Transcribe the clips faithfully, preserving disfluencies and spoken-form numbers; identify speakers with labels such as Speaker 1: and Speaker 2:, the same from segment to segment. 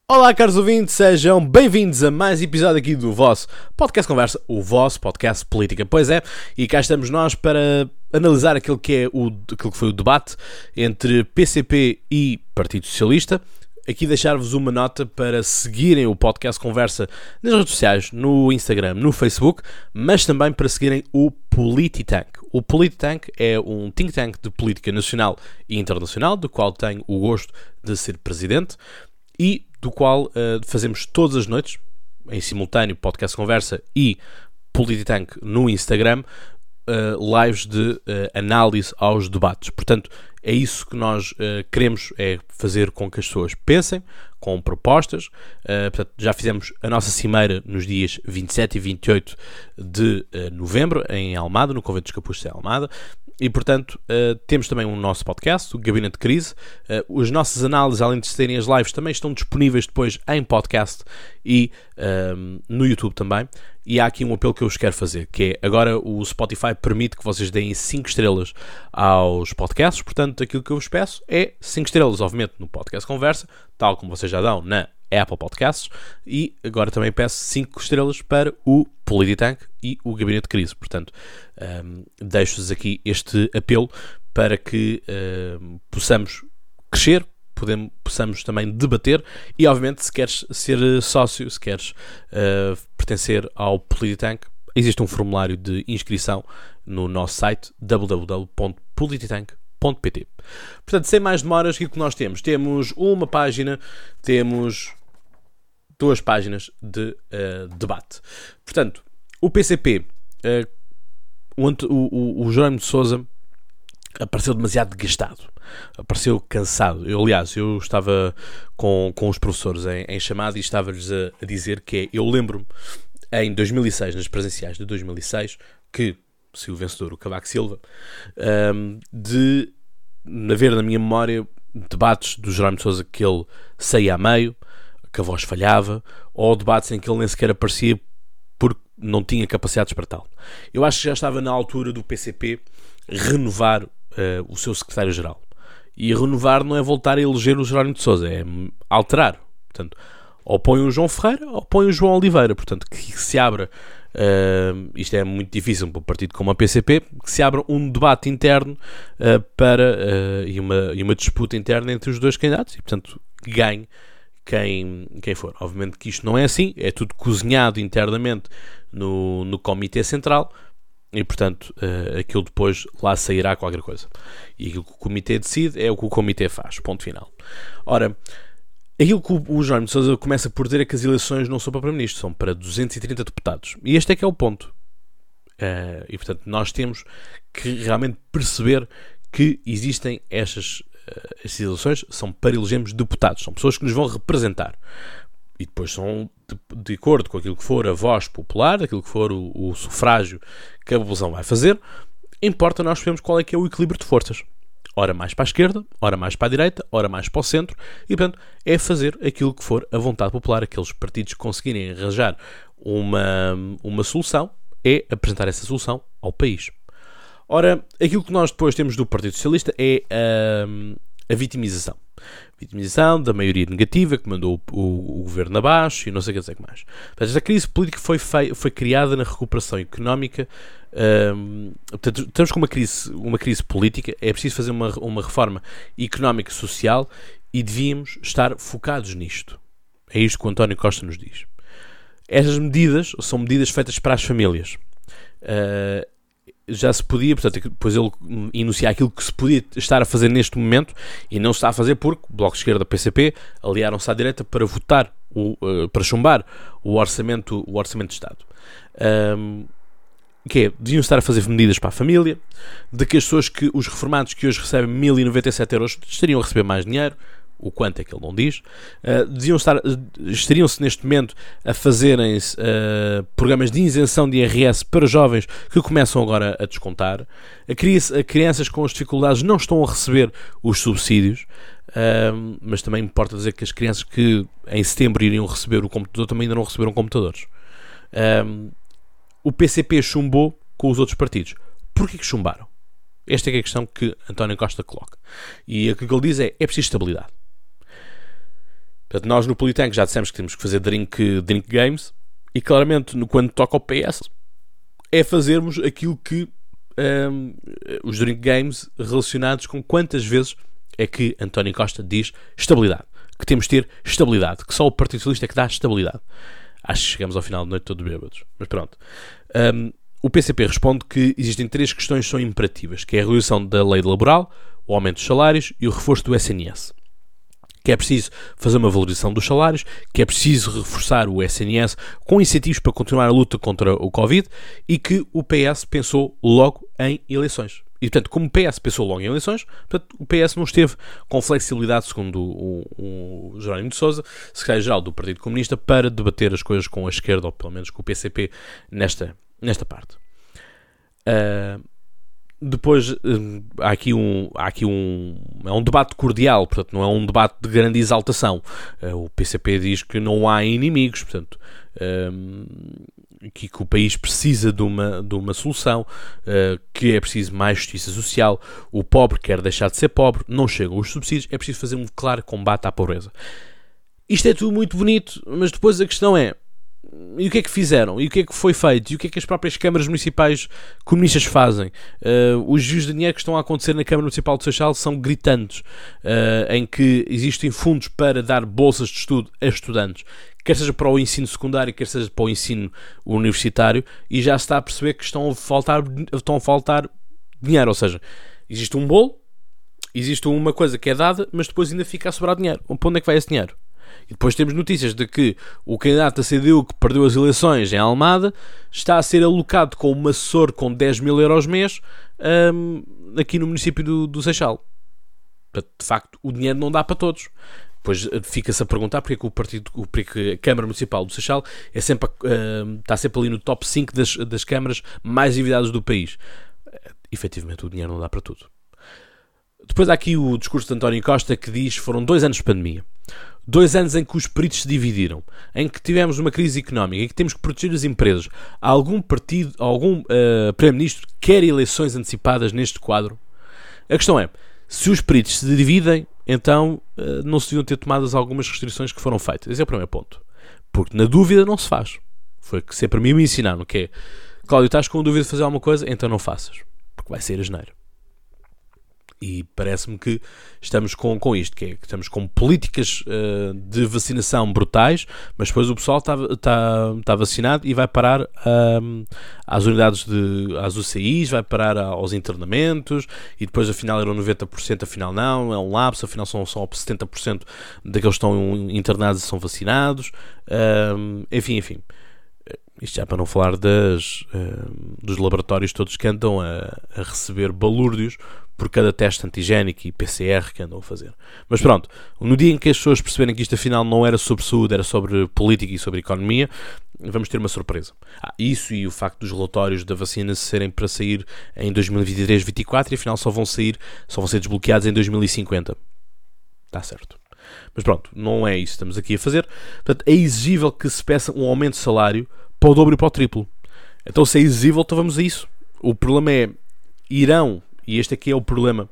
Speaker 1: Olá, caros ouvintes, sejam bem-vindos a mais episódio aqui do vosso Podcast Conversa, o vosso podcast política. Pois é, e cá estamos nós para analisar aquilo que, é o, aquilo que foi o debate entre P C P e Partido Socialista. Aqui deixar-vos uma nota para seguirem o Podcast Conversa nas redes sociais, no Instagram, no Facebook, mas também para seguirem o Polititank. O Polititank é um think tank de política nacional e internacional, do qual tenho o gosto de ser presidente e do qual uh, fazemos todas as noites, em simultâneo, Podcast Conversa e Polititank no Instagram, uh, lives de uh, análise aos debates. Portanto, é isso que nós uh, queremos, é fazer com que as pessoas pensem, com propostas. Uh, portanto, já fizemos a nossa cimeira nos dias vinte e sete e vinte e oito de uh, novembro, em Almada, no Convento dos Capuchos de Almada. E, portanto, uh, temos também o nosso podcast, o Gabinete de Crise. Uh, as nossas análises, além de serem as lives, também estão disponíveis depois em podcast e uh, no YouTube também. E há aqui um apelo que eu vos quero fazer, que é, agora o Spotify permite que vocês deem cinco estrelas aos podcasts. Portanto, aquilo que eu vos peço é cinco estrelas, obviamente, no Podcast Conversa, tal como vocês já dão na Apple Podcasts, e agora também peço cinco estrelas para o Polititank e o Gabinete de Crise. Portanto, um, deixo-vos aqui este apelo para que um, possamos crescer, podemos, possamos também debater e, obviamente, se queres ser sócio, se queres uh, pertencer ao Polititank, existe um formulário de inscrição no nosso site w w w ponto polititank ponto p t. Portanto, sem mais demoras, o que nós temos? Temos uma página, temos duas páginas de uh, debate. Portanto, o P C P, uh, o, o, o Jerónimo de Sousa apareceu demasiado desgastado, apareceu cansado. Eu, aliás, eu estava com, com os professores em, em chamada e estava-lhes a, a dizer que é, eu lembro-me em dois mil e seis, nas presenciais de dois mil e seis, que se o vencedor, o Cavaco Silva, um, de haver na minha memória debates do Jerónimo de Sousa que ele saía a meio, que a voz falhava, ou debates em que ele nem sequer aparecia porque não tinha capacidades para tal. Eu acho que já estava na altura do P C P renovar uh, o seu secretário-geral. E renovar não é voltar a eleger o Jerónimo de Sousa, é alterar. Portanto, ou põe o João Ferreira ou põe o João Oliveira. Portanto, que se abra, uh, isto é muito difícil para um partido como a P C P, que se abra um debate interno uh, para, uh, e, uma, e uma disputa interna entre os dois candidatos e, portanto, que ganhe Quem, quem for. Obviamente que isto não é assim, é tudo cozinhado internamente no, no Comitê Central e, portanto, uh, aquilo depois lá sairá qualquer coisa. E aquilo que o Comitê decide é o que o Comitê faz, ponto final. Ora, aquilo que o, o Jerónimo de Sousa começa por dizer é que as eleições não são para Primeiro-Ministro, são para duzentos e trinta deputados. E este é que é o ponto. Uh, e, portanto, nós temos que realmente perceber que existem estas Estas eleições são para elegermos deputados, são pessoas que nos vão representar e depois são de, de acordo com aquilo que for a voz popular, aquilo que for o, o sufrágio que a população vai fazer. Importa nós sabermos qual é que é o equilíbrio de forças, ora mais para a esquerda, ora mais para a direita, ora mais para o centro, e portanto é fazer aquilo que for a vontade popular. Aqueles partidos que conseguirem arranjar uma, uma solução, é apresentar essa solução ao país. Ora, aquilo que nós depois temos do Partido Socialista é um, a vitimização. Vitimização da maioria negativa que mandou o, o, o governo abaixo e não sei o que dizer que mais. Portanto, esta crise política foi, fei, foi criada na recuperação económica. Um, portanto, estamos com uma crise, uma crise política, é preciso fazer uma, uma reforma económica e social e devíamos estar focados nisto. É isto que o António Costa nos diz. Estas medidas são medidas feitas para as famílias. Uh, já se podia, portanto, depois ele enunciar aquilo que se podia estar a fazer neste momento e não se está a fazer porque o Bloco de Esquerda, P C P, aliaram-se à direita para votar, o, uh, para chumbar o orçamento, o orçamento de Estado. Um, que é, deviam estar a fazer medidas para a família, de que as pessoas que, os reformados que hoje recebem mil e noventa e sete euros estariam a receber mais dinheiro, o quanto é que ele não diz, uh, deviam estar, estariam-se neste momento a fazerem uh, programas de isenção de I R S para jovens que começam agora a descontar. A, criança, a crianças com as dificuldades não estão a receber os subsídios, uh, mas também importa dizer que as crianças que em setembro iriam receber o computador também ainda não receberam computadores. Uh, o P C P chumbou com os outros partidos. Porquê que chumbaram? Esta é, que é a questão que António Costa coloca. E aquilo que ele diz é, é preciso estabilidade. Portanto, nós no Politank já dissemos que temos que fazer drink, drink games, e claramente, no, quando toca ao P S, é fazermos aquilo que um, os drink games relacionados com quantas vezes é que António Costa diz estabilidade. Que temos de ter estabilidade. Que só o Partido Socialista é que dá estabilidade. Acho que chegamos ao final da noite todos bêbados. Mas pronto. Um, o P C P responde que existem três questões que são imperativas, que é a redução da lei laboral, o aumento dos salários e o reforço do S N S. Que é preciso fazer uma valorização dos salários, que é preciso reforçar o S N S com incentivos para continuar a luta contra o Covid, e que o P S pensou logo em eleições. E, portanto, como o P S pensou logo em eleições, portanto, o P S não esteve com flexibilidade, segundo o, o, o Jerónimo de Sousa, secretário-geral do Partido Comunista, para debater as coisas com a esquerda, ou pelo menos com o P C P, nesta, nesta parte. Uh, depois, uh, há aqui, um, há aqui um... É um debate cordial, portanto, não é um debate de grande exaltação. Uh, o P C P diz que não há inimigos, portanto... Uh, Que, que o país precisa de uma, de uma solução, uh, que é preciso mais justiça social, o pobre quer deixar de ser pobre, não chegam os subsídios, é preciso fazer um claro combate à pobreza. Isto é tudo muito bonito, mas depois a questão é, e o que é que fizeram? E o que é que foi feito? E o que é que as próprias câmaras municipais comunistas fazem? Uh, os desvios de dinheiro que estão a acontecer na Câmara Municipal de Seixal são gritantes, uh, em que existem fundos para dar bolsas de estudo a estudantes, quer seja para o ensino secundário, quer seja para o ensino universitário, e já se está a perceber que estão a faltar, estão a faltar dinheiro. Ou seja, existe um bolo, existe uma coisa que é dada, mas depois ainda fica a sobrar dinheiro. Para onde é que vai esse dinheiro? E depois temos notícias de que o candidato da C D U que perdeu as eleições em Almada está a ser alocado com um assessor com dez mil euros mês um, aqui no município do, do Seixal. De facto, o dinheiro não dá para todos. Depois fica-se a perguntar porque é que o partido, porque é que a Câmara Municipal do Seixal é sempre, uh, está sempre ali no top cinco das, das câmaras mais endividadas do país. Uh, efetivamente, o dinheiro não dá para tudo. Depois há aqui o discurso de António Costa, que diz que foram dois anos de pandemia. Dois anos em que os peritos se dividiram, em que tivemos uma crise económica, em que temos que proteger as empresas. Há algum partido, algum uh, Primeiro-Ministro que quer eleições antecipadas neste quadro? A questão é, se os peritos se dividem, então uh, não se deviam ter tomadas algumas restrições que foram feitas. Esse é o primeiro ponto. Porque na dúvida não se faz. Foi que sempre a mim me ensinaram que é, Cláudio, estás com dúvida de fazer alguma coisa, então não faças. Porque vai sair a geneira. E parece-me que estamos com, com isto, que é que estamos com políticas uh, de vacinação brutais, mas depois o pessoal está, está, está vacinado e vai parar uh, às unidades, de, às U C Is, vai parar aos internamentos, e depois afinal eram noventa por cento, afinal não, é um lapso, afinal são só setenta por cento daqueles que estão internados e são vacinados, uh, enfim, enfim. Isto já para não falar das, uh, dos laboratórios todos que andam a, a receber balúrdios por cada teste antigénico e P C R que andam a fazer. Mas pronto, no dia em que as pessoas perceberem que isto afinal não era sobre saúde, era sobre política e sobre economia, vamos ter uma surpresa. Ah, isso e o facto dos relatórios da vacina serem para sair em dois mil e vinte e três, vinte e quatro e afinal só vão sair, só vão ser desbloqueados em dois mil e cinquenta. Está certo. Mas pronto, não é isso que estamos aqui a fazer. Portanto, é exigível que se peça um aumento de salário para o dobro e para o triplo. Então, se é exigível, então vamos a isso. O problema é, irão, e este aqui é o problema,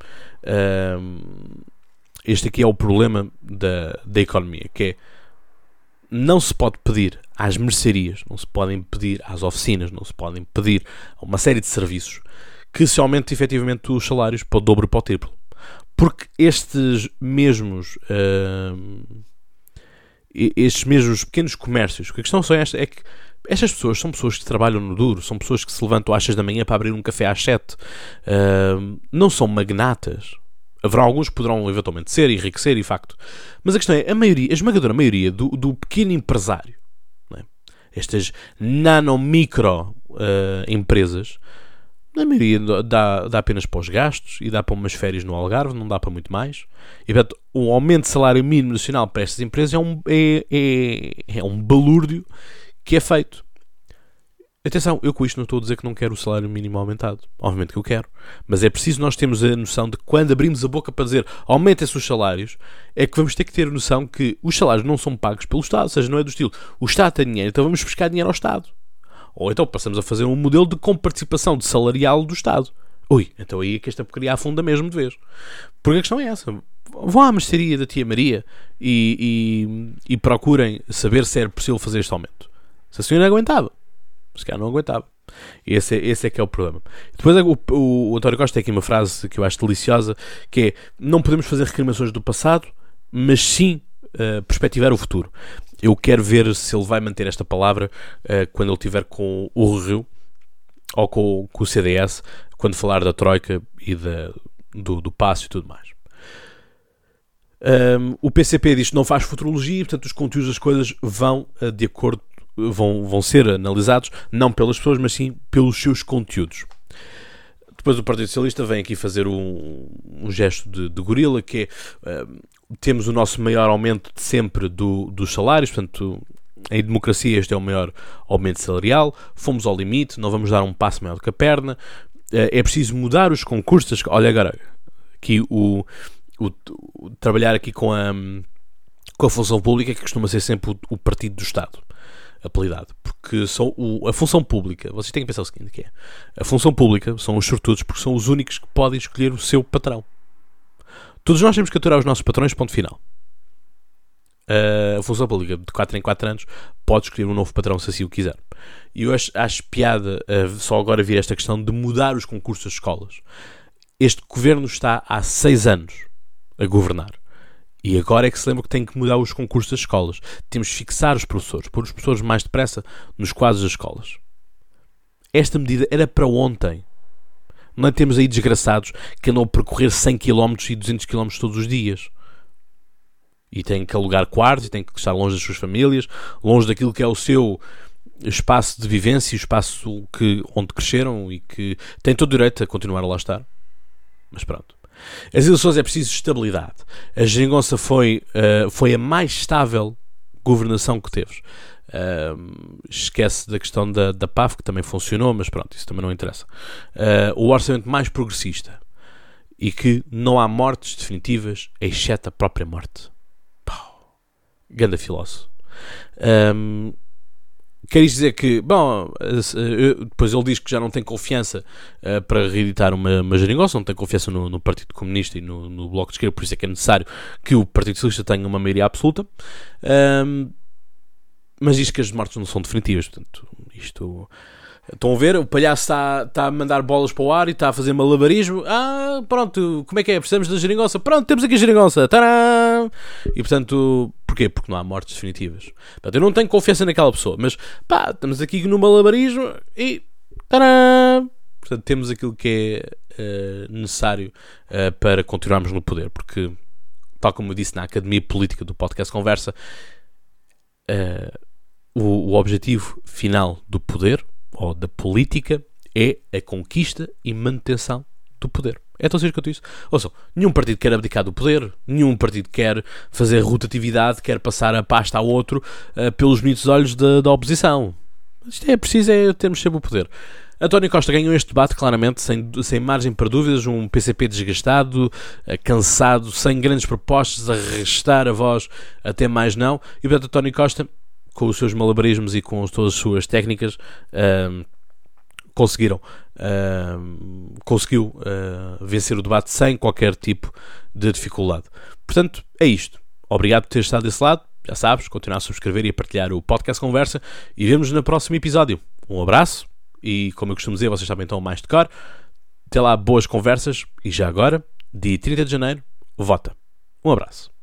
Speaker 1: uh, este aqui é o problema da, da economia, que é, não se pode pedir às mercearias, não se podem pedir às oficinas, não se podem pedir a uma série de serviços que se aumente efetivamente os salários para o dobro e para o triplo. Porque estes mesmos uh, estes mesmos pequenos comércios, a questão só é esta, é que estas pessoas são pessoas que trabalham no duro, são pessoas que se levantam às seis da manhã para abrir um café às sete, uh, não são magnatas. Haverá alguns que poderão eventualmente ser, enriquecer, e facto. Mas a questão é, a maioria, a esmagadora maioria do, do pequeno empresário, não é? Estas nano-micro uh, empresas, na maioria dá, dá apenas para os gastos e dá para umas férias no Algarve, não dá para muito mais. E, portanto, o aumento de salário mínimo nacional para estas empresas é um, é, é, é um balúrdio que é feito. Atenção, eu com isto não estou a dizer que não quero o salário mínimo aumentado. Obviamente que eu quero. Mas é preciso nós termos a noção de que quando abrimos a boca para dizer aumentem-se os salários, é que vamos ter que ter a noção que os salários não são pagos pelo Estado. Ou seja, não é do estilo, o Estado tem dinheiro, então vamos buscar dinheiro ao Estado. Ou então passamos a fazer um modelo de comparticipação de salarial do Estado. Ui, então aí é que esta porcaria afunda mesmo de vez. Porque a questão é essa. vão à mercearia da tia Maria e, e, e procurem saber se era possível fazer este aumento. Se a senhora aguentava, se calhar não aguentava. Esse é, esse é que é o problema. Depois o, o, o António Costa tem aqui uma frase que eu acho deliciosa, que é: não podemos fazer reclamações do passado, mas sim uh, perspectivar o futuro. Eu quero ver se ele vai manter esta palavra uh, quando ele estiver com o Rio ou com, com o C D S, quando falar da Troika e da, do, do passo e tudo mais. Um, o P C P diz que não faz futurologia e, portanto, os conteúdos das coisas vão uh, de acordo, vão, vão ser analisados não pelas pessoas, mas sim pelos seus conteúdos. Depois o Partido Socialista vem aqui fazer um, um gesto de, de gorila, que é, uh, temos o nosso maior aumento de sempre do, dos salários, portanto, em democracia este é o maior aumento salarial, fomos ao limite, não vamos dar um passo maior do que a perna, uh, é preciso mudar os concursos. Olha agora, aqui o, o, o trabalhar aqui com a, com a função pública, que costuma ser sempre o, o partido do Estado apelidado, porque são o, a função pública, vocês têm que pensar o seguinte, que é, a função pública são os sortudos, porque são os únicos que podem escolher o seu patrão. Todos nós temos que aturar os nossos patrões, ponto final. Uh, a função pública, de quatro em quatro anos, pode escolher um novo patrão se assim o quiser. E eu acho, acho piada uh, só agora vir esta questão de mudar os concursos das escolas. Este governo está há seis anos a governar. E agora é que se lembra que tem que mudar os concursos das escolas. Temos de fixar os professores, pôr os professores mais depressa nos quadros das escolas. Esta medida era para ontem. Não temos aí desgraçados que andam a percorrer cem quilómetros e duzentos quilómetros todos os dias. E têm que alugar quartos, e têm que estar longe das suas famílias, longe daquilo que é o seu espaço de vivência, o espaço que, onde cresceram e que têm todo o direito a continuar a lá estar. Mas pronto. As eleições é preciso estabilidade. A geringonça foi, uh, foi a mais estável governação que teve. Uh, esquece da questão da, da P A F, que também funcionou, mas pronto, isso também não interessa. Uh, o orçamento mais progressista e que não há mortes definitivas, exceto a própria morte. Pau. Ganda filósofo. Um, Quer isto dizer que, bom, depois ele diz que já não tem confiança uh, para reeditar uma, uma geringonça, não tem confiança no, no Partido Comunista e no, no Bloco de Esquerda, por isso é que é necessário que o Partido Socialista tenha uma maioria absoluta. Um, mas diz que as mortes não são definitivas, portanto, isto... Estão a ver? O palhaço está, está a mandar bolas para o ar e está a fazer malabarismo. Ah, pronto, como é que é? Precisamos da geringonça. Pronto, temos aqui a geringonça. Tadã! E portanto, porquê? Porque não há mortes definitivas. Portanto, eu não tenho confiança naquela pessoa, mas pá, estamos aqui no malabarismo e tadã! Portanto, temos aquilo que é uh, necessário uh, para continuarmos no poder, porque, tal como eu disse na Academia Política do Podcast Conversa, uh, o, o objetivo final do poder ou da política é a conquista e manutenção do poder. É tão simples quanto isso. Ouçam, nenhum partido quer abdicar do poder, nenhum partido quer fazer rotatividade, quer passar a pasta a outro uh, pelos bonitos olhos da, da oposição. Isto é preciso, é termos sempre o poder. António Costa ganhou este debate claramente, sem, sem margem para dúvidas, um P C P desgastado, uh, cansado, sem grandes propostas, a restar a voz até mais não, e portanto António Costa, com os seus malabarismos e com todas as suas técnicas, uh, conseguiram uh, conseguiu uh, vencer o debate sem qualquer tipo de dificuldade. Portanto, é isto. Obrigado por ter estado desse lado. Já sabes, continuar a subscrever e a partilhar o Podcast Conversa e vemos-nos no próximo episódio. Um abraço e, como eu costumo dizer, vocês também estão mais de cor. Até lá, boas conversas e já agora, dia trinta de janeiro, vota. Um abraço.